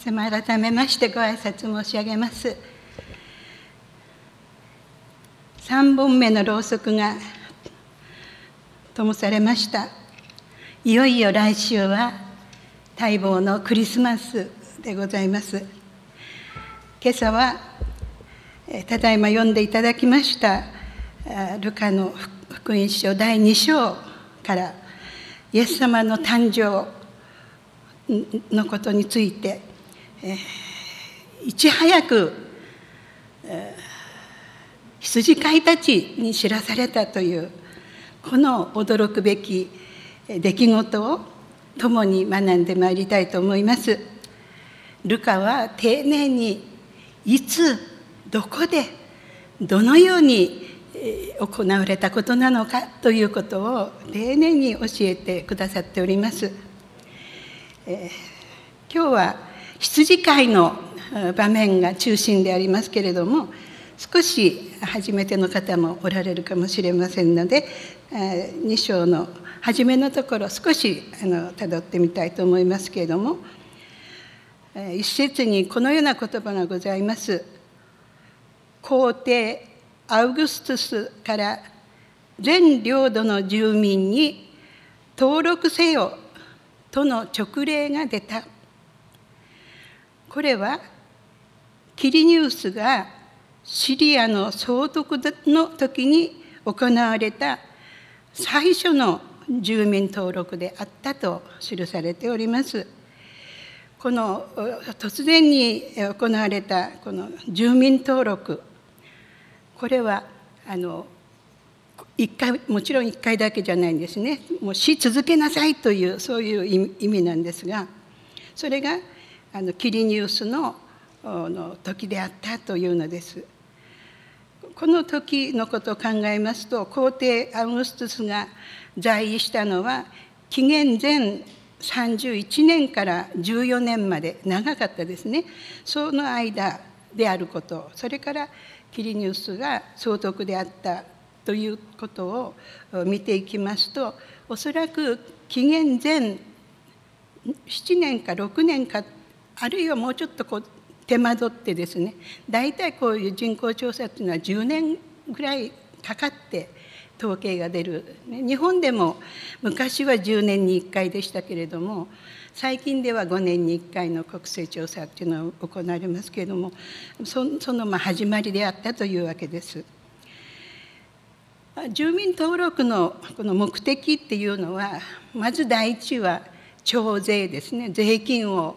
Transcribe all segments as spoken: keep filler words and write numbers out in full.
様、改めましてご挨拶申し上げます。さんぼんめのろうそくが灯されました。いよいよ来週は待望のクリスマスでございます。今朝はただいま読んでいただきましたルカの福音書だいに章からイエス様の誕生のことについて、えー、いち早く、えー、羊飼いたちに知らされたというこの驚くべき出来事を共に学んでまいりたいと思います。ルカは丁寧にいつどこでどのように行われたことなのかということを丁寧に教えてくださっております。えー、今日は羊飼いの場面が中心でありますけれども、少し初めての方もおられるかもしれませんので、えー、に章の初めのところ少しあの辿ってみたいと思いますけれども、えー、一節にこのような言葉がございます。皇帝アウグストゥスから全領土の住民に登録せよとの勅令が出た。これはキリニウスがシリアの総督の時に行われた最初の住民登録であったと記されております。この突然に行われたこの住民登録、これはあの一回、もちろんいっかいだけじゃないんですね。もうし続けなさいというそういう意味なんですが、それがあのキリニウス の, の時であったというのです。この時のことを考えますと、皇帝アウグストゥスが在位したのは紀元前さんじゅういちねんからじゅうよねんまで長かったですね。その間であること、それからキリニウスが総督であったということを見ていきますと、おそらく紀元前ななねんかろくねんか、あるいはもうちょっとこう手間取ってですね、大体こういう人口調査というのはじゅうねんぐらいかかって統計が出る。日本でも昔はじゅうねんにいっかいでしたけれども、最近ではごねんにいっかいの国勢調査というのが行われますけれども、そのまあ始まりであったというわけです。住民登録のこの目的っていうのは、まず第一は徴税ですね。税金を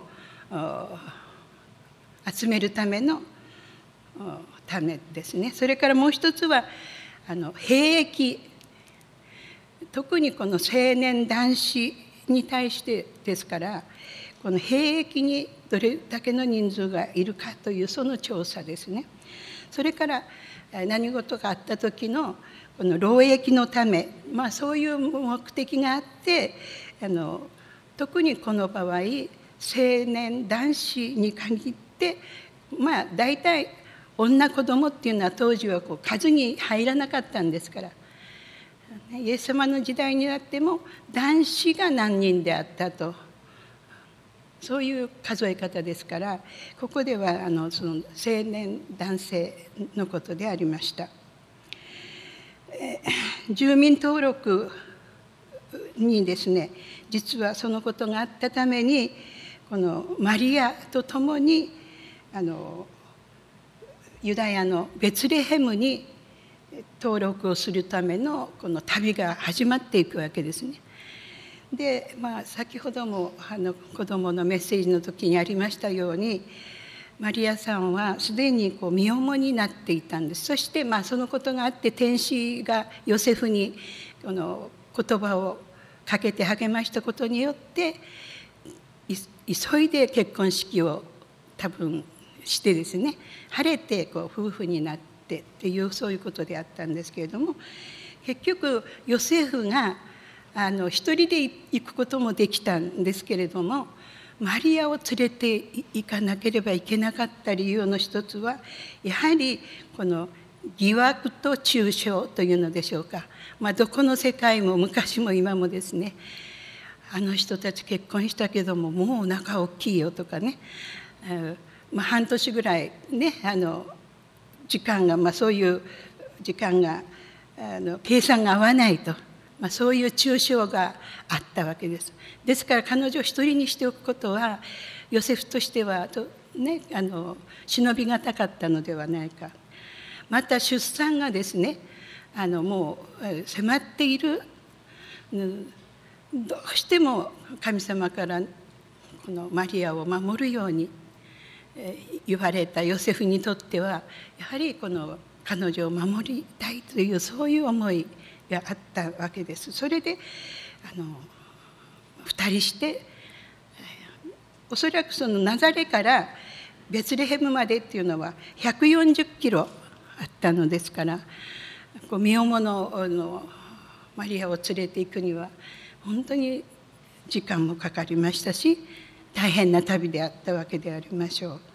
集めるためのためですね。それからもう一つはあの兵役、特にこの青年男子に対してですから、この兵役にどれだけの人数がいるかというその調査ですね。それから何事があった時のこの労役のため、まあ、そういう目的があって、あの特にこの場合青年男子に限って、まあ、大体女子供っていうのは当時はこう数に入らなかったんですから、イエス様の時代になっても男子が何人であったと、そういう数え方ですから、ここではあのその青年男性のことでありました。住民登録にですね、実はそのことがあったために、このマリアと共にあのユダヤのベツレヘムに登録をするためのこの旅が始まっていくわけですね。で、まあ、先ほどもあの子どものメッセージの時にありましたように、マリアさんはすでにこう身重になっていたんです。そして、まあ、そのことがあって天使がヨセフにこの言葉をかけて励ましたことによって、急いで結婚式を多分してですね、晴れてこう夫婦になってっていうそういうことであったんですけれども、結局ヨセフがあの一人で行くこともできたんですけれども、マリアを連れて行かなければいけなかった理由の一つは、やはりこの疑惑と中傷というのでしょうか、まあ、どこの世界も昔も今もですね、あの人たち結婚したけどももうお腹大きいよとかね、 まあ、半年ぐらいね、あの時間が、まあ、そういう時間があの計算が合わないと、まあ、そういう抽象があったわけです。ですから彼女を一人にしておくことはヨセフとしてはと、ね、あの忍びがたかったのではないか。また出産がですね、あのもう迫っている、どうしても神様からこのマリアを守るように言われたヨセフにとっては、やはりこの彼女を守りたいというそういう思いがあったわけです。それであの二人して、おそらくそのナザレからベツレヘムまでっていうのはひゃくよんじゅっキロあったのですから、こう身重ののマリアを連れて行くには本当に時間もかかりましたし、大変な旅であったわけでありましょう。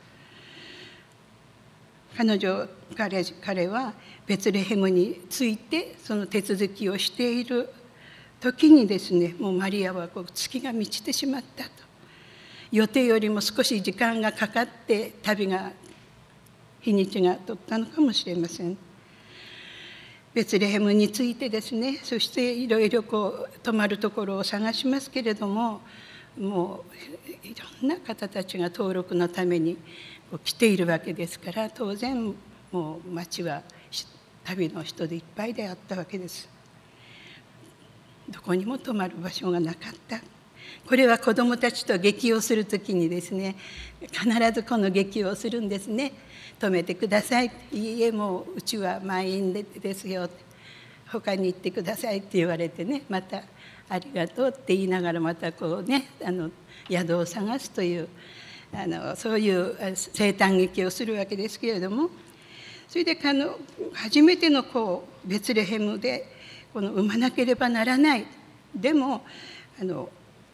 彼女 彼, 彼はベツレヘムについてその手続きをしている時にですね、もうマリアはこう月が満ちてしまったと。予定よりも少し時間がかかって旅が日にちが取ったのかもしれません。ベツレヘムについてですね、そしていろいろこう泊まるところを探しますけれども、もういろんな方たちが登録のために来ているわけですから、当然もう町は旅の人でいっぱいであったわけです。どこにも泊まる場所がなかった。これは子どもたちと劇をするときにですね、必ずこの劇をするんですね。泊めてください、いいえもううちは満員でですよ、他に行ってくださいって言われてね、またありがとうって言いながらまたこうね、あの宿を探すというあのそういう生誕劇をするわけですけれども、それであの初めての子をベツレヘムでこの産まなければならない。でもあの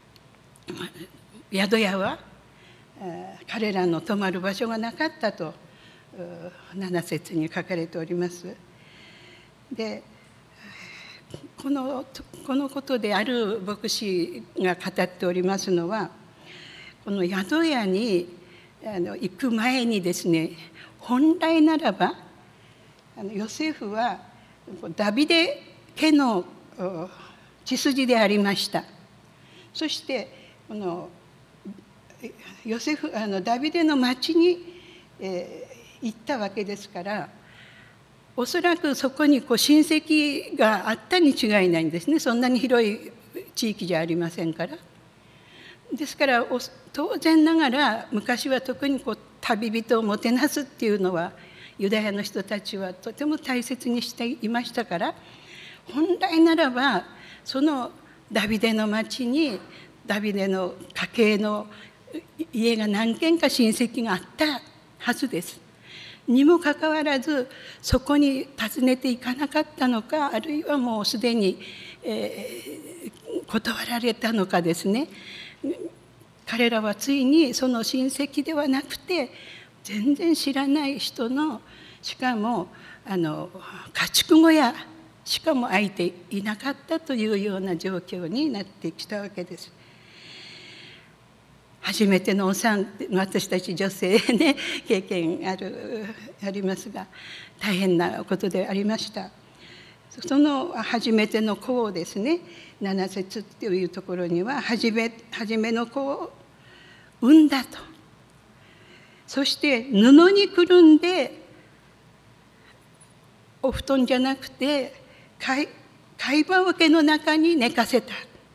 宿屋は彼らの泊まる場所がなかったとなな節に書かれております。でこのこのことである牧師が語っておりますのは、この宿屋にあの行く前にですね、本来ならばあのヨセフはダビデ家の血筋でありました。そしてこのヨセフあのダビデの町に、えー行ったわけですから、おそらくそこにこう親戚があったに違いないんですね。そんなに広い地域じゃありませんから。ですから当然ながら昔は特にこう旅人をもてなすっていうのはユダヤの人たちはとても大切にしていましたから、本来ならばそのダビデの町にダビデの家系の家が何軒か親戚があったはずです。にもかかわらずそこに訪ねていかなかったのか、あるいはもうすでに、えー、断られたのかですね、彼らはついにその親戚ではなくて全然知らない人の、しかもあの家畜小屋しかも空いていなかったというような状況になってきたわけです。初めてのお産、私たち女性ね経験あるありますが、大変なことでありました。その初めての子をですね、なな節というところには初め初めの子を産んだと。そして布にくるんで、お布団じゃなくて貝羽桶の中に寝かせた。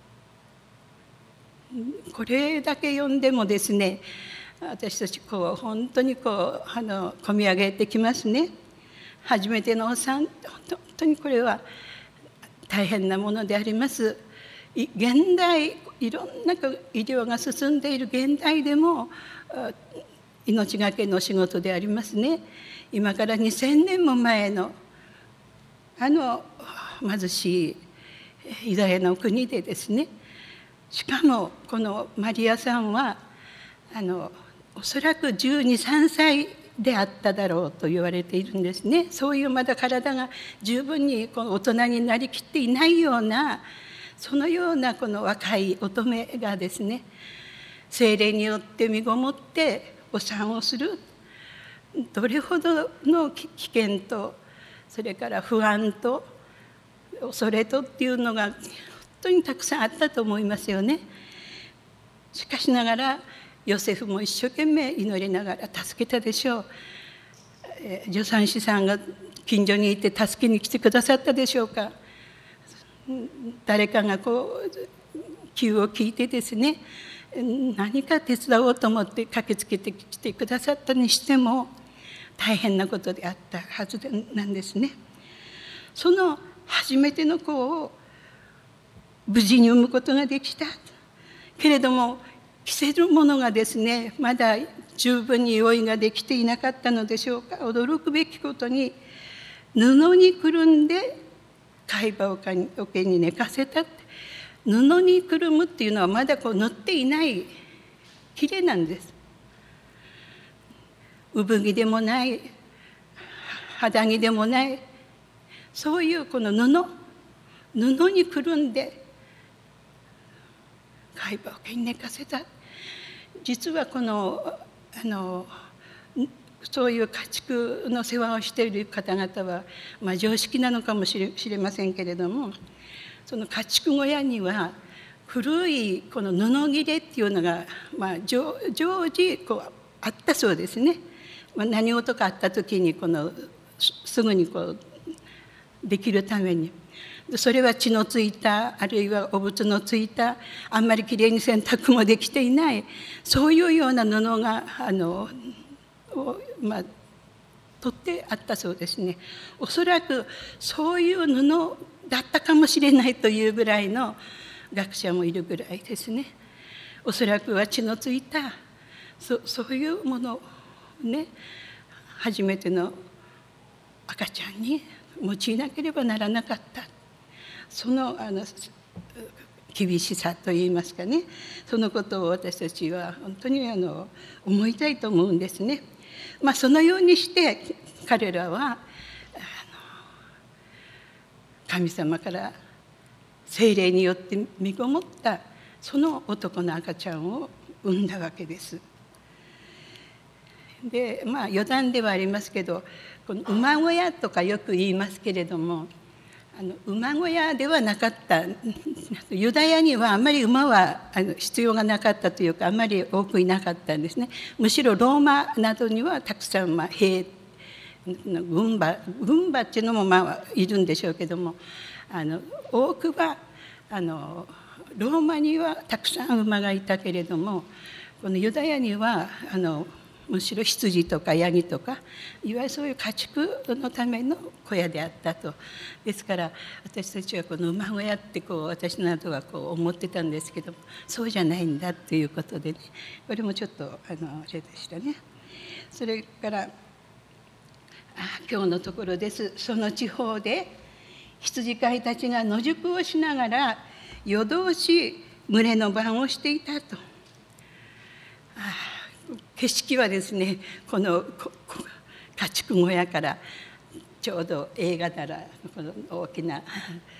これだけ読んでもですね、私たちこう本当にこうあの込み上げてきますね。初めてのお産、本当にこれは大変なものであります。現代いろんな医療が進んでいる現代でも命がけの仕事でありますね。今からにせんねんも前のあの貧しいユダヤの国でですね、しかもこのマリアさんはあのおそらくじゅうに、さんさいであっただろうと言われているんですね。そういうまだ体が十分にこの大人になりきっていないような、そのようなこの若い乙女がですね、聖霊によって身ごもってお産をする、どれほどの危険と、それから不安と恐れとっていうのが本当にたくさんあったと思いますよね。しかしながらヨセフも一生懸命祈りながら助けたでしょう。助産師さんが近所にいて助けに来てくださったでしょうか。誰かがこう急を聞いてですね、何か手伝おうと思って駆けつけてきてくださったにしても大変なことであったはずなんですね。その初めての子を無事に産むことができたけれども、着せるものがですねまだ十分に用意ができていなかったのでしょうか。驚くべきことに布にくるんで貝羽桶に寝かせたって。布にくるむっていうのはまだこう塗っていないきれなんです。産着でもない肌着でもない、そういうこの布布にくるんで貝羽桶に寝かせた。実はこのあのそういう家畜の世話をしている方々は、まあ、常識なのかもしれ、しれませんけれども、その家畜小屋には古いこの布切れっていうのが、まあ、常時こうあったそうですね。まあ、何事かあった時にこのすぐにこうできるために、それは血のついた、あるいはお物のついた、あんまりきれいに洗濯もできていない、そういうような布があのを、まあ、取ってあったそうですね。おそらくそういう布だったかもしれないというぐらいの学者もいるぐらいですね。おそらくは血のついた そ, そういうものをね、初めての赤ちゃんに用いなければならなかった。そのあの厳しさといいますかね、そのことを私たちは本当にあの思いたいと思うんですね。まあ、そのようにして彼らはあの神様から聖霊によって身ごもったその男の赤ちゃんを産んだわけです。で、まあ余談ではありますけど、この馬小屋とかよく言いますけれども、あの馬小屋ではなかった。ユダヤにはあまり馬はあの必要がなかったというか、あまり多くいなかったんですね。むしろローマなどにはたくさん、まあ、兵軍馬軍馬っていうのもまあいるんでしょうけども、あの多くはあのローマにはたくさん馬がいたけれども、このユダヤにはあのむしろ羊とかヤギとか、いわゆるそういう家畜のための小屋であったと。ですから私たちはこの馬小屋ってこう私などはこう思ってたんですけども、そうじゃないんだということでね、これもちょっとあのあれでしたね。それからあ今日のところです。その地方で羊飼いたちが野宿をしながら夜通し群れの番をしていたと。あ景色はですね、この家畜小屋からちょうど映画ならこの大きな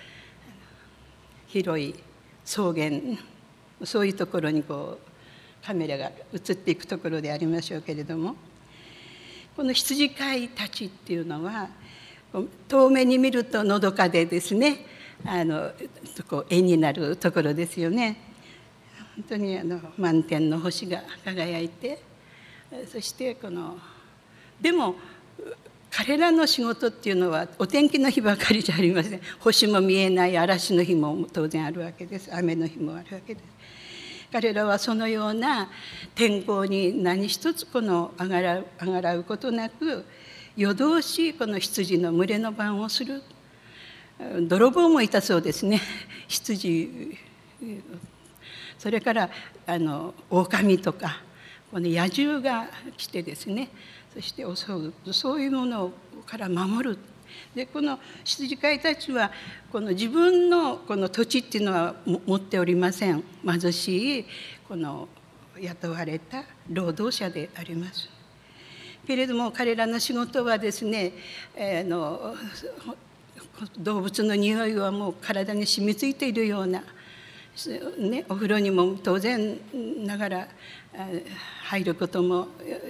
広い草原、そういうところにこうカメラが映っていくところでありましょうけれども、この羊飼いたちっていうのは遠目に見るとのどかでですね、あのこう絵になるところですよね。本当にあの満天の星が輝いて、そしてこのでも彼らの仕事っていうのはお天気の日ばかりじゃありません。星も見えない嵐の日も当然あるわけです。雨の日もあるわけです。彼らはそのような天候に何一つこのあがらう、あがらうことなく夜通しこの羊の群れの番をする。泥棒もいたそうですね。羊、それからあの狼とかこの野獣が来てですね、そして襲う、そういうものから守る。でこの羊飼いたちはこの自分のこの土地っていうのは持っておりません。貧しいこの雇われた労働者であります。けれども彼らの仕事はですね、えー、の動物の匂いはもう体に染みついているような、ね、お風呂にも当然ながら入ることも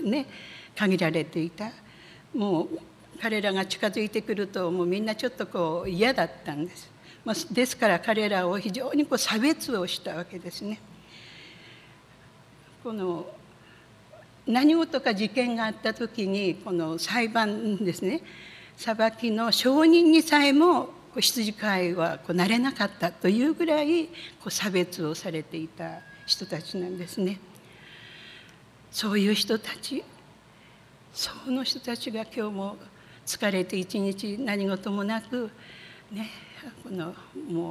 ね、限られていた。もう彼らが近づいてくるともうみんなちょっとこう嫌だったんです。まあ、ですから彼らを非常にこう差別をしたわけですね。この何事か事件があった時にこの裁判ですね、裁きの証人にさえも羊飼いはこうなれなかったというぐらいこう差別をされていた人たちなんですね。そういう人たち、その人たちが今日も疲れて一日何事もなくね、このもう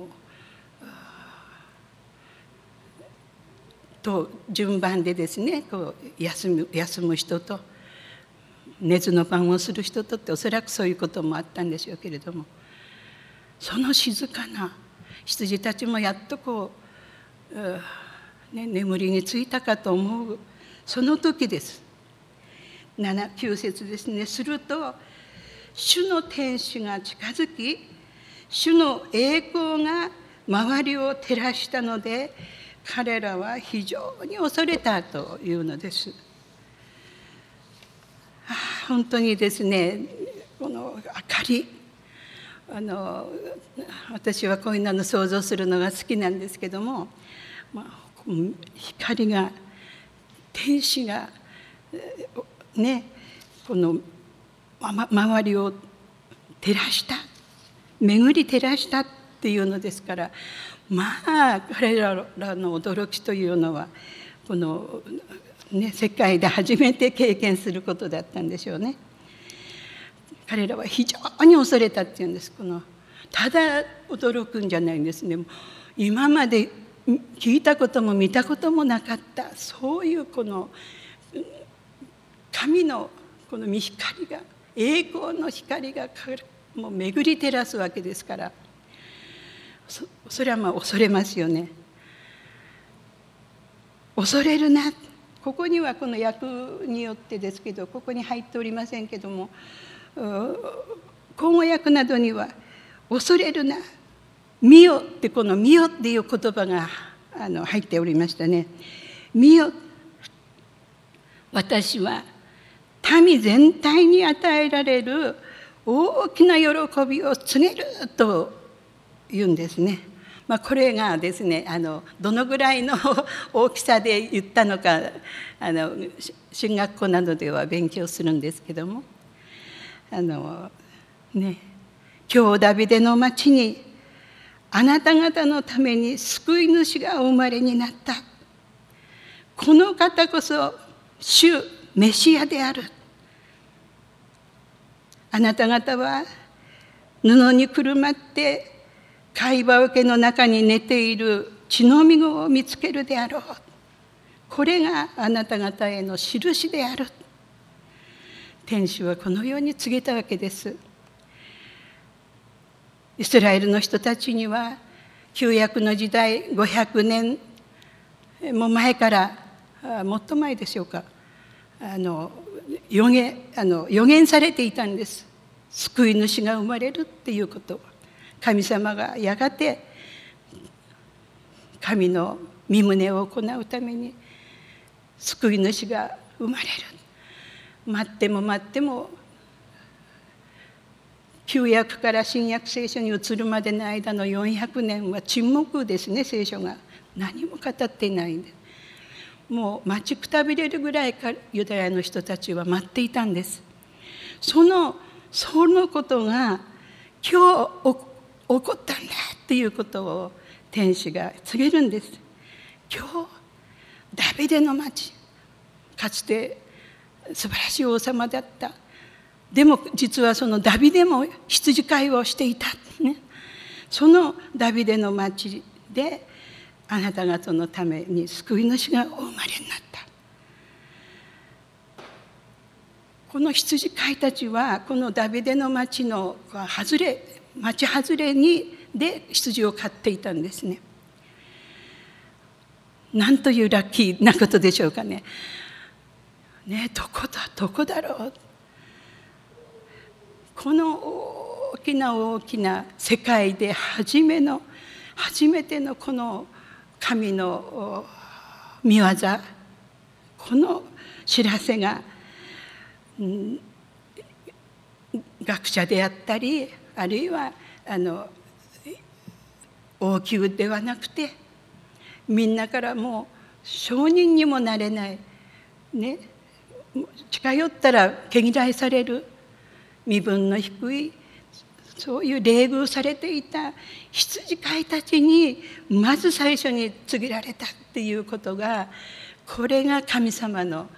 と順番でですね、こう休む休む人と寝ずの番をする人とって、おそらくそういうこともあったんでしょうけれども、その静かな羊たちもやっとこう、ね、眠りについたかと思うその時です。なな、きゅう節ですね。すると主の天使が近づき、主の栄光が周りを照らしたので、彼らは非常に恐れたというのです。ああ、本当にですね、この明かり、あの私はこういうのを想像するのが好きなんですけども、まあ、光が、天使がね、この周りを照らした、巡り照らしたっていうのですから、まあ彼らの驚きというのはこの、ね、世界で初めて経験することだったんでしょうね。彼らは非常に恐れたっていうんです。このただ驚くんじゃないんですね。今まで聞いたことも見たこともなかった、そういうこの神のこの御光が、栄光の光がもう巡り照らすわけですから、そ, それはまあ恐れますよね。恐れるな、ここにはこの訳によってですけど、ここに入っておりませんけども、口語訳などには恐れるな、見よって、この見よっていう言葉があの入っておりましたね。見よ、私は民全体に与えられる大きな喜びを告げると言うんですね。まあ、これがですね、あのどのぐらいの大きさで言ったのか、あの進学校などでは勉強するんですけども、あのね、今日ダビデの町にあなた方のために救い主がお生まれになった。この方こそ主メシアである。あなた方は布にくるまって貝羽桶の中に寝ている血のみ子を見つけるであろう。これがあなた方への印である。天使はこのように告げたわけです。イスラエルの人たちには旧約の時代ごひゃくねんも前から、もっと前でしょうか、あの予言、あの予言されていたんです。救い主が生まれるっていうこと。神様がやがて神の御胸を行うために救い主が生まれる。待っても待っても、旧約から新約聖書に移るまでの間のよんひゃくねんは沈黙ですね。聖書が何も語っていないんです。もう待ちくたびれるぐらいかユダヤの人たちは待っていたんです。そのそのことが今日起こったんだっていうことを天使が告げるんです。今日ダビデの町、かつて素晴らしい王様だった。でも実はそのダビデも羊飼いをしていた、ね、そのダビデの町であなた方のために救い主がお生まれになった。この羊飼いたちはこのダビデの町の外れ、町外れにで羊を飼っていたんですね。なんというラッキーなことでしょうかね。ね、どこだどこだろう。この大きな大きな世界で初めの初めてのこの神の御業、この知らせがうん、学者であったり、あるいはあの王宮ではなくて、みんなからもう証人にもなれないね、近寄ったら毛嫌いされる身分の低い、そういう冷遇されていた羊飼いたちにまず最初に告げられたっていうことが、これが神様の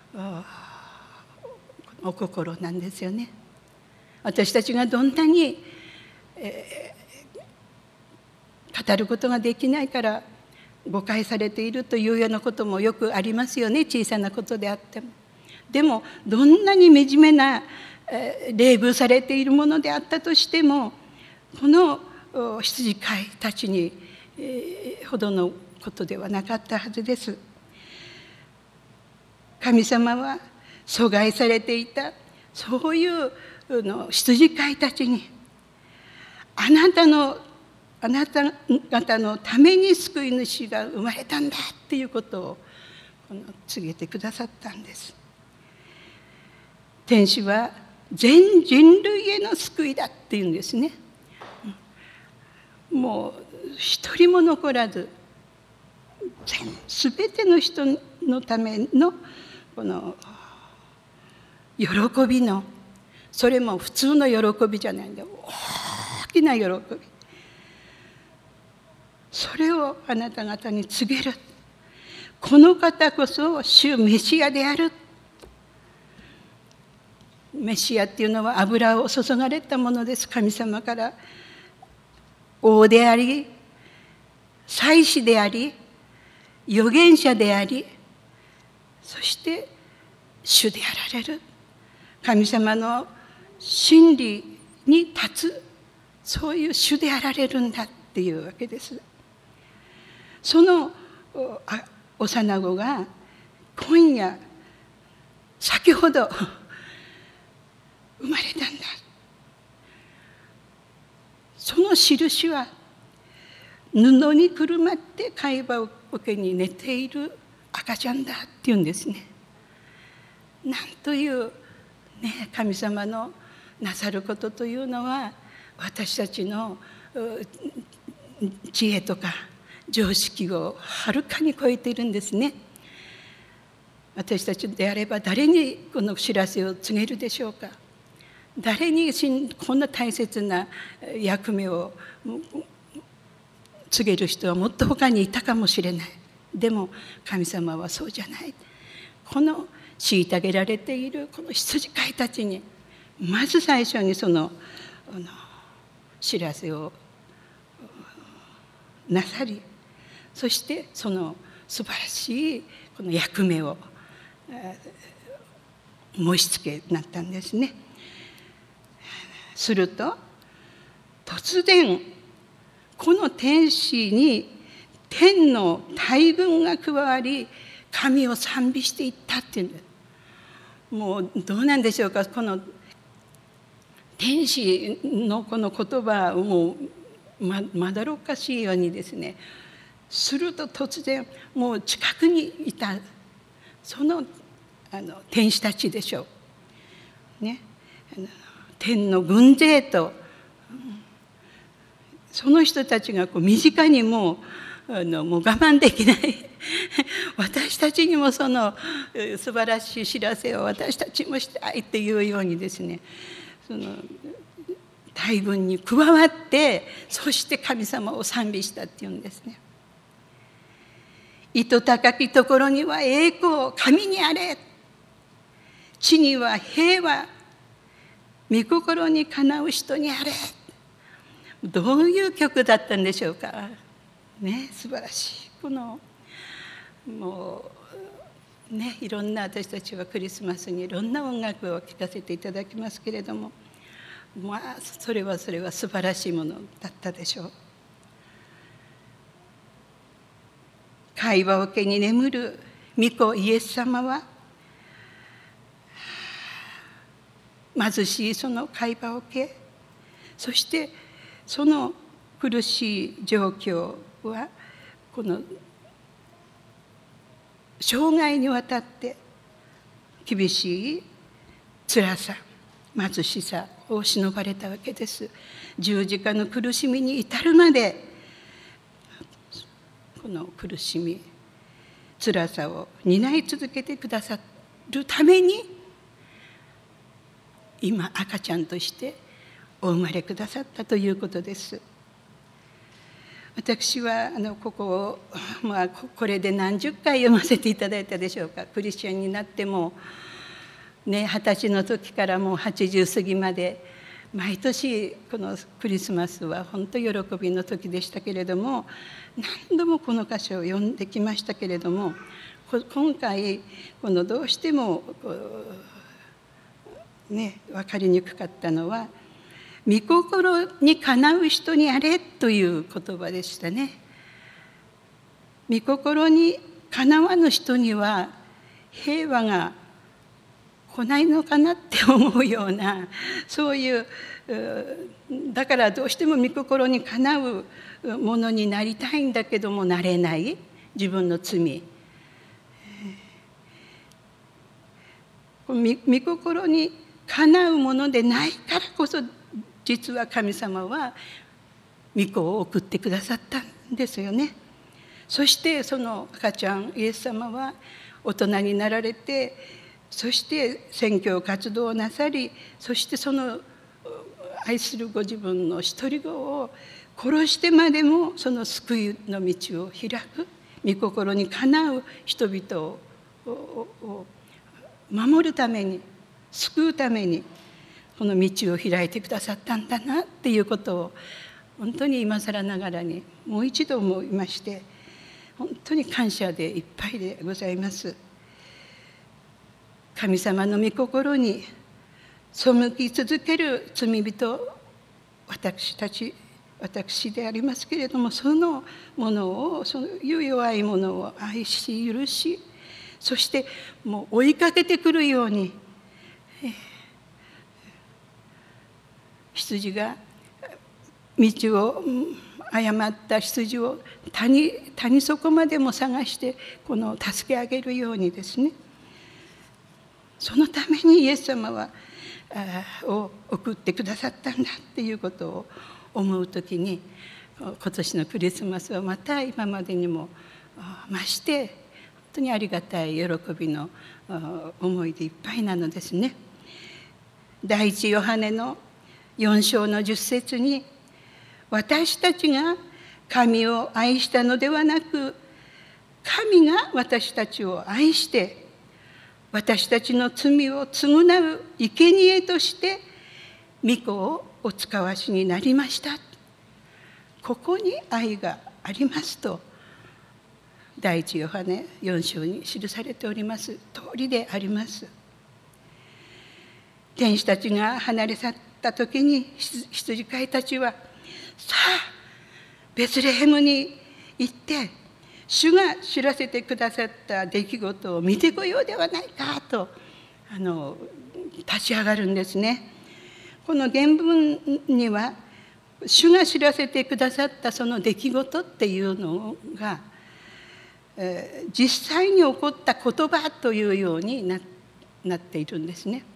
お心なんですよね。私たちがどんなに、えー、語ることができないから誤解されているというようなこともよくありますよね、小さなことであっても。でもどんなに惨めな、えー、冷遇されているものであったとしても、この羊飼いたちに、えー、ほどのことではなかったはずです。神様は阻害されていたそういうの羊飼いたちに、あなたのあなた方のために救い主が生まれたんだっていうことをこの告げてくださったんです。天使は全人類への救いだっていうんですね。もう一人も残らず、全全ての人のためのこの喜びの、それも普通の喜びじゃないんだ、大きな喜び、それをあなた方に告げる。この方こそ主メシアである。メシアっていうのは油を注がれたものです。神様から王であり、祭司であり、預言者であり、そして主であられる、神様の真理に立つ、そういう主であられるんだっていうわけです。その幼子が今夜先ほど生まれたんだ。その印は布にくるまって貝羽桶に寝ている赤ちゃんだっていうんですね。なんという、ね、神様のなさることというのは、私たちの知恵とか常識をはるかに超えているんですね。私たちであれば誰にこの知らせを告げるでしょうか。誰にこんな大切な役目を告げる人はもっと他にいたかもしれない。でも神様はそうじゃない。この虐げられているこの羊飼いたちにまず最初にその知らせをなさり、そしてその素晴らしいこの役目を申し付けなったんですね。すると突然この天使に天の大軍が加わり、神を賛美していったっていうんです。もうどうなんでしょうか、この天使のこの言葉をもう ま, まだろっかしいようにですね、すると突然もう近くにいたそのあの天使たちでしょうね、天の軍勢とその人たちがこう身近にもうあのもう我慢できない私たちにもその素晴らしい知らせを私たちもしたいっていうようにですね、その大軍に加わって、そして神様を賛美したっていうんですね。糸高きところには栄光、神にあれ、地には平和、御心にかなう人にあれ。どういう曲だったんでしょうかね。素晴らしい。このもうね、いろんな、私たちはクリスマスにいろんな音楽を聴かせていただきますけれども、まあそれはそれは素晴らしいものだったでしょう。貝羽桶に眠る御子イエス様は、貧しいその貝羽桶、そしてその苦しい状況はこの生涯にわたって厳しい辛さ、貧しさを忍ばれたわけです。十字架の苦しみに至るまで、この苦しみ、辛さを担い続けてくださるために、今赤ちゃんとしてお生まれくださったということです。私はあのここを、まあ、これで何十回読ませていただいたでしょうか。クリスチャンになってもね、二十歳の時からもうはちじゅう過ぎまで毎年このクリスマスは本当喜びの時でしたけれども、何度もこの箇所を読んできましたけれども、今回このどうしてもね分かりにくかったのは、御心にかなう人にあれという言葉でしたね。御心にかなわぬ人には平和が来ないのかなって思うような、そういうだからどうしても御心にかなうものになりたいんだけどもなれない自分の罪、御心にかなうものでないからこそ、実は神様は御子を送ってくださったんですよね。そしてその赤ちゃんイエス様は大人になられて、そして宣教活動をなさり、そしてその愛するご自分の一人子を殺してまでもその救いの道を開く、御心にかなう人々を守るために、救うためにこの道を開いてくださったんだなっていうことを本当に今更ながらにもう一度思いまして、本当に感謝でいっぱいでございます。神様の御心に背き続ける罪人、私たち私でありますけれども、そのものを、そういう弱いものを愛し許し、そしてもう追いかけてくるように、羊が道を誤った羊を谷谷底までも探してこの助け上げるようにですね、そのためにイエス様はを送ってくださったんだっていうことを思うときに、今年のクリスマスはまた今までにも増して本当にありがたい喜びの思いでいっぱいなのですね。第一ヨハネのよん章のじゅっ節に、私たちが神を愛したのではなく、神が私たちを愛して私たちの罪を償う生贄として御子をお使わしになりました。ここに愛がありますと第一ヨハネよん章に記されております通りであります。天使たちが離れ去った時に羊飼いたちは、さあベツレヘムに行って主が知らせてくださった出来事を見てこようではないかとあの立ち上がるんですね。この原文には主が知らせてくださったその出来事っていうのが、えー、実際に起こった言葉というように な, なっているんですね。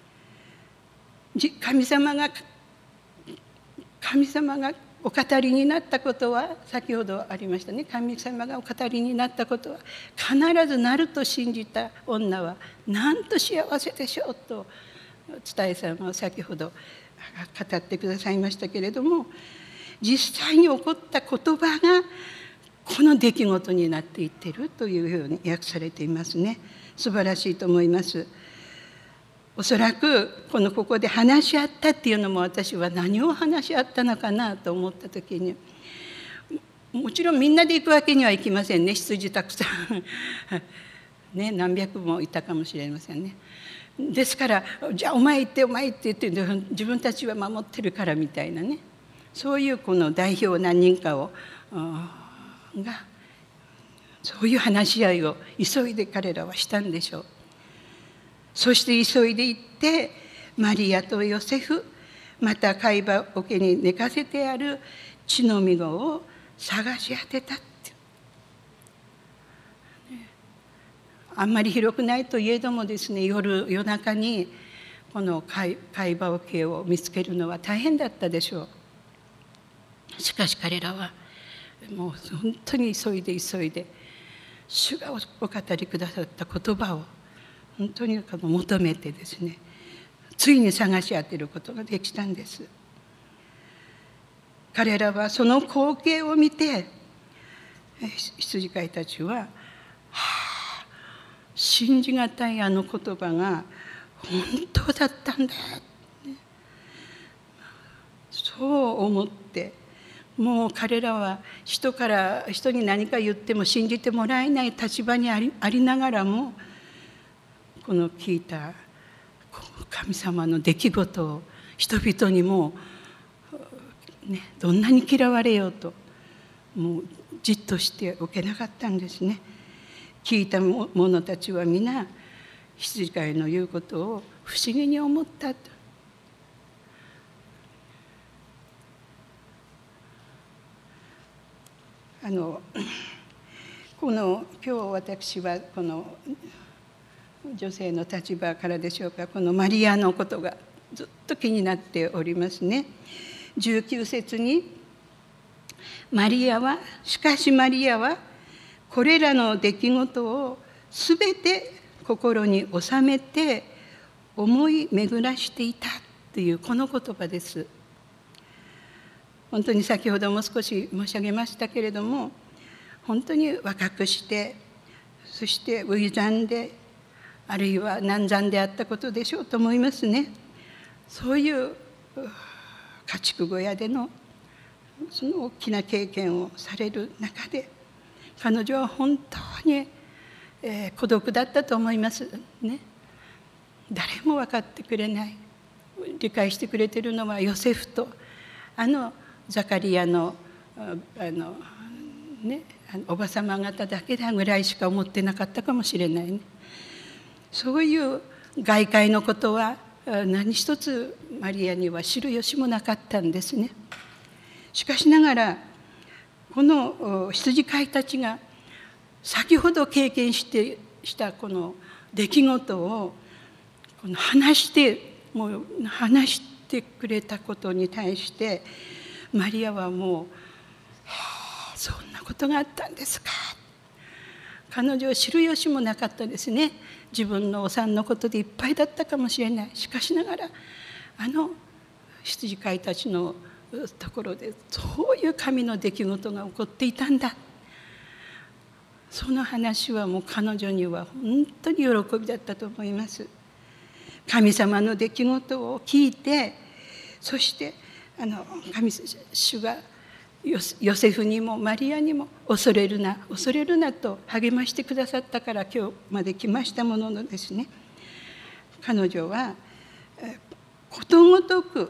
神様が神様がお語りになったことは先ほどありましたね。神様がお語りになったことは必ずなると信じた女はなんと幸せでしょうと伝えさんは先ほど語ってくださいましたけれども、実際に起こった言葉がこの出来事になっていっているというように訳されていますね。素晴らしいと思います。おそらくこのここで話し合ったっていうのも、私は何を話し合ったのかなと思った時に、もちろんみんなで行くわけにはいきませんね。羊たくさんね、何百もいたかもしれませんね。ですからじゃあお前行ってお前行ってって言って自分たちは守ってるからみたいなね、そういうこの代表何人かをがそういう話し合いを急いで彼らはしたんでしょう。そして急いで行ってマリアとヨセフ、また貝羽桶に寝かせてある血のみ子を探し当てたって。あんまり広くないといえどもですね、夜夜中にこの会話を系を見つけるのは大変だったでしょう。しかし彼らはもう本当に急いで急いで主がお語りくださった言葉を本当に求めてですね、ついに探し当てることができたんです。彼らはその光景を見て、羊飼いたちは、はあ、信じがたいあの言葉が本当だったんだ、そう思って、もう彼らは人から人に何か言っても信じてもらえない立場にあり、ありながらも、この聞いた神様の出来事を人々にも、ね、どんなに嫌われようともうじっとしておけなかったんですね。聞いた者たちは皆羊飼いの言うことを不思議に思ったと。あのこの今日私はこの女性の立場からでしょうか、このマリアのことがずっと気になっておりますね。じゅうきゅう節にマリアはしかしマリアはこれらの出来事をすべて心に収めて思い巡らしていたというこの言葉です。本当に先ほども少し申し上げましたけれども、本当に若くして、そして初産で、あるいは難産であったことでしょうと思いますね。そういう家畜小屋でのその大きな経験をされる中で、彼女は本当に、えー、孤独だったと思いますね。誰も分かってくれない、理解してくれているのはヨセフとあのザカリアのあの、ね、おばさま方だけだぐらいしか思ってなかったかもしれないね。そういう外界のことは何一つマリアには知る由もなかったんですね。しかしながらこの羊飼いたちが先ほど経験してしたこの出来事をこの話してもう話してくれたことに対してマリアはもう「はあ、そんなことがあったんですか」。彼女は知る由もなかったですね。自分のお産のことでいっぱいだったかもしれない。しかしながらあの羊飼いたちのところでそういう神の出来事が起こっていたんだ。その話はもう彼女には本当に喜びだったと思います。神様の出来事を聞いて、そしてあの神主がヨセフにもマリアにも恐れるな恐れるなと励ましてくださったから今日まで来ましたもののですね、彼女はことごとく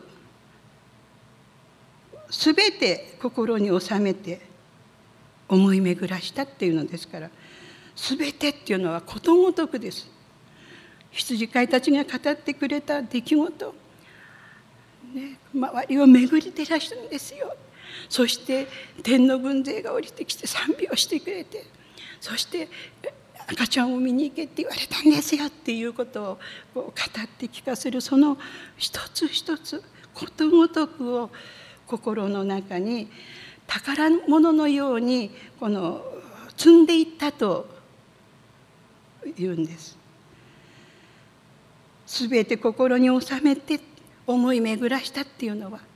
すべて心に収めて思い巡らしたっていうのですから、すべてっていうのはことごとくです。羊飼いたちが語ってくれた出来事、ね、周りを巡り照らしたんですよ。そして天の軍勢が降りてきて賛美をしてくれて、そして赤ちゃんを見に行けって言われたんですよっていうことをこう語って聞かせる、その一つ一つことごとくを心の中に宝物のようにこの積んでいったというんです。すべて心に収めて思い巡らしたっていうのは、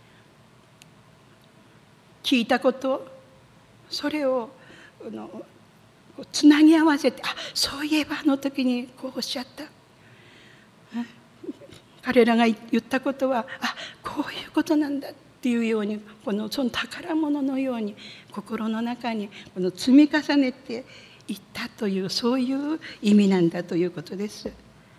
聞いたこと、それをつなぎ合わせて、あ、そういえばあの時にこうおっしゃった、彼らが言ったことは、あ、こういうことなんだっていうように、このその宝物のように心の中にこの積み重ねていったという、そういう意味なんだということです。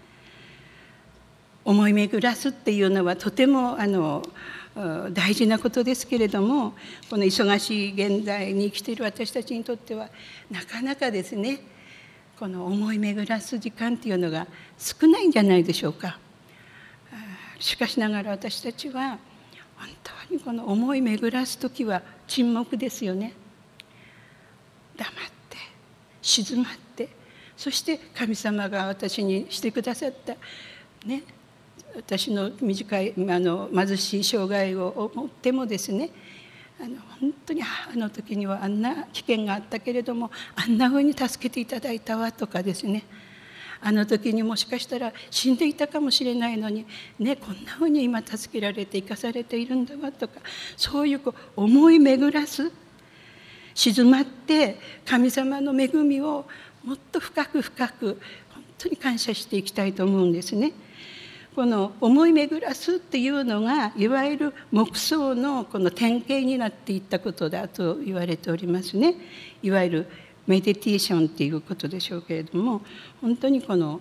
思い巡らすっていうのはとてもあの大事なことですけれども、この忙しい現代に生きている私たちにとってはなかなかですね、この思い巡らす時間っていうのが少ないんじゃないでしょうか。しかしながら私たちは本当にこの思い巡らす時は沈黙ですよね。黙って静まって、そして神様が私にしてくださったね、 私の短いあの貧しい障害を持ってもですね、あの本当にあの時にはあんな危険があったけれどもあんなふうに助けていただいたわとかですね、あの時にもしかしたら死んでいたかもしれないのに、ね、こんなふうに今助けられて生かされているんだわとか、そういうこう思い巡らす、静まって神様の恵みをもっと深く深く本当に感謝していきたいと思うんですね。この思い巡らすっていうのがいわゆる黙想のこの典型になっていったことだと言われておりますね。いわゆるメディテーションっていうことでしょうけれども、本当にこの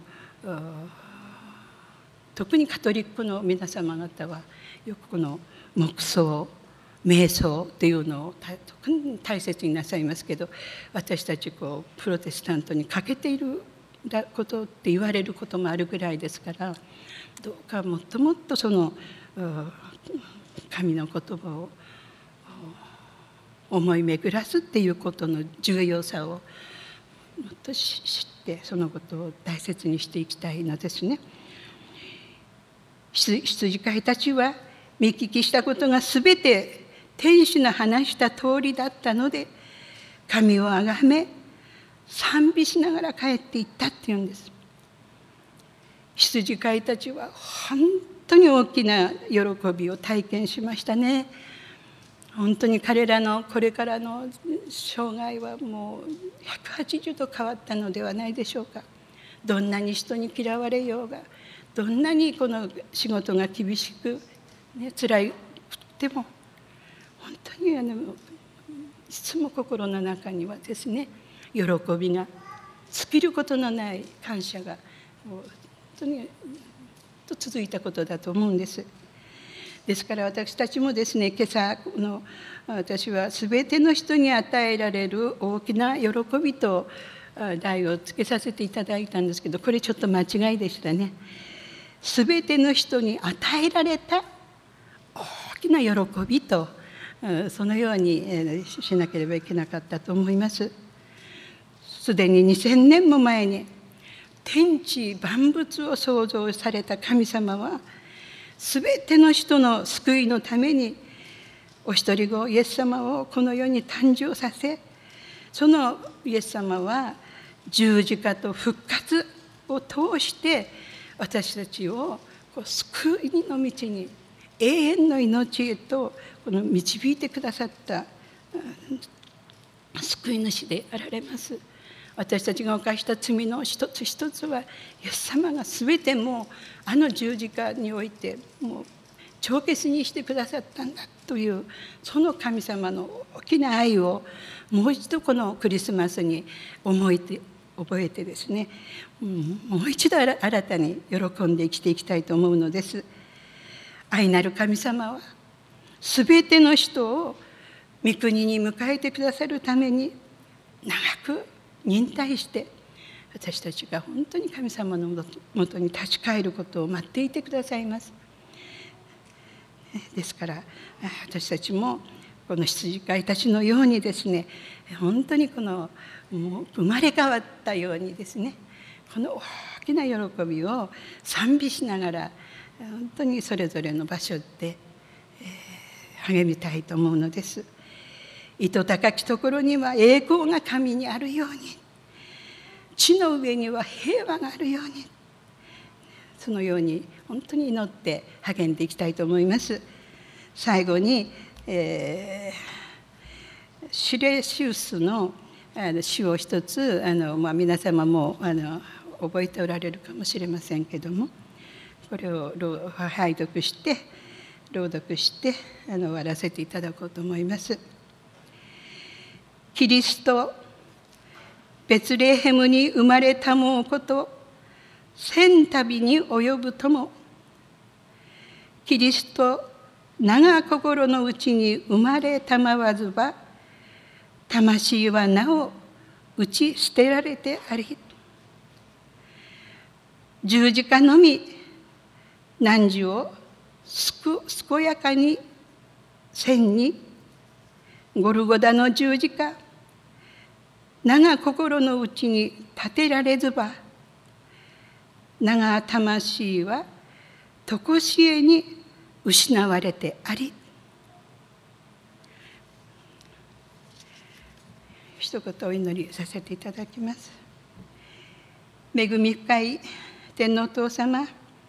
特にカトリックの皆様方はよくこの黙想瞑想っていうのを特に大切になさいますけど、私たちこうプロテスタントに欠けていることって言われることもあるぐらいですから、どうかもっともっとその神の言葉を思い巡らすっていうことの重要さをもっと知ってそのことを大切にしていきたいのですね。羊飼いたちは見聞きしたことがすべて天使の話した通りだったので神をあがめ賛美しながら帰っていったっていうんです。羊飼いたちは本当に大きな喜びを体験しましたね。本当に彼らのこれからの生涯はもうひゃくはちじゅうど変わったのではないでしょうか。どんなに人に嫌われようが、どんなにこの仕事が厳しく、ね、辛いでも本当にあのいつも心の中にはですね、喜びが尽きることのない感謝がもう本当にと続いたことだと思うんです。ですから私たちもですね、今朝の私は全ての人に与えられる大きな喜びと題をつけさせていただいたんですけど、これちょっと間違いでしたね。全ての人に与えられた大きな喜びと、そのようにしなければいけなかったと思います。すでににせんねんも前に天地万物を創造された神様はすべての人の救いのためにお一人子イエス様をこの世に誕生させ、そのイエス様は十字架と復活を通して私たちをこう救いの道に、永遠の命へとこの導いてくださった救い主であられます。私たちが犯した罪の一つ一つはイエス様が全てもうあの十字架においてもう帳消しにしてくださったんだという、その神様の大きな愛をもう一度このクリスマスに思いて覚えてですね、うん、もう一度新たに喜んで生きていきたいと思うのです。愛なる神様はすべての人を御国に迎えてくださるために長く忍耐して私たちが本当に神様のもとに立ち返ることを待っていてくださいます。ですから私たちもこの羊飼いたちのようにですね、本当にこのもう生まれ変わったようにですね、この大きな喜びを賛美しながら本当にそれぞれの場所で励みたいと思うのです。糸高きところには栄光が神にあるように、地の上には平和があるように、そのように本当に祈って励んでいきたいと思います。最後に、えー、シュレシウスのあの詩を一つあの、まあ、皆様もあの覚えておられるかもしれませんけども、これを拝読して朗読してあの終わらせていただこうと思います。キリストベツレヘムに生まれたもうこと千旅に及ぶとも、キリスト長心のうちに生まれたまわずば、魂はなお打ち捨てられてあり、十字架のみ汝をすく健やかにせんに、ゴルゴダの十字架長心のうちに立てられずば、長魂は常しえに失われてあり。一言お祈りさせていただきます。恵み深い天皇父様、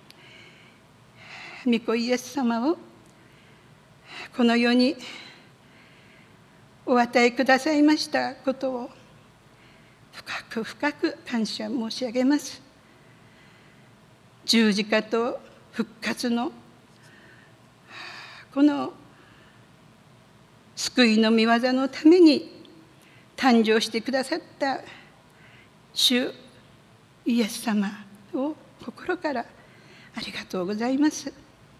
御子イエス様をこの世にお与えくださいましたことを深く深く感謝申し上げます。十字架と復活のこの救いの御業のために誕生してくださった主イエス様を心からありがとうございます。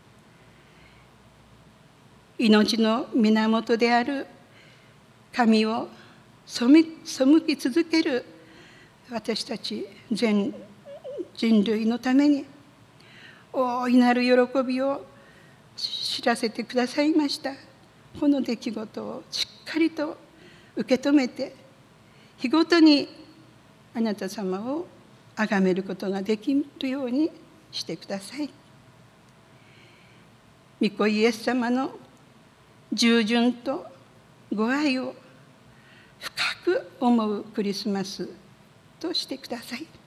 命の源である神を背き続ける私たち全人類のために大いなる喜びを知らせてくださいました。この出来事をしっかりと受け止めて、日ごとにあなた様を崇めることができるようにしてください。御子イエス様の従順とご愛を深く思うクリスマスとしてください。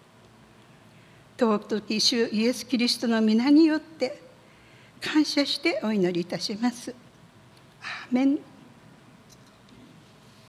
尊き主イエス・キリストの皆によって感謝してお祈りいたします。アーメン。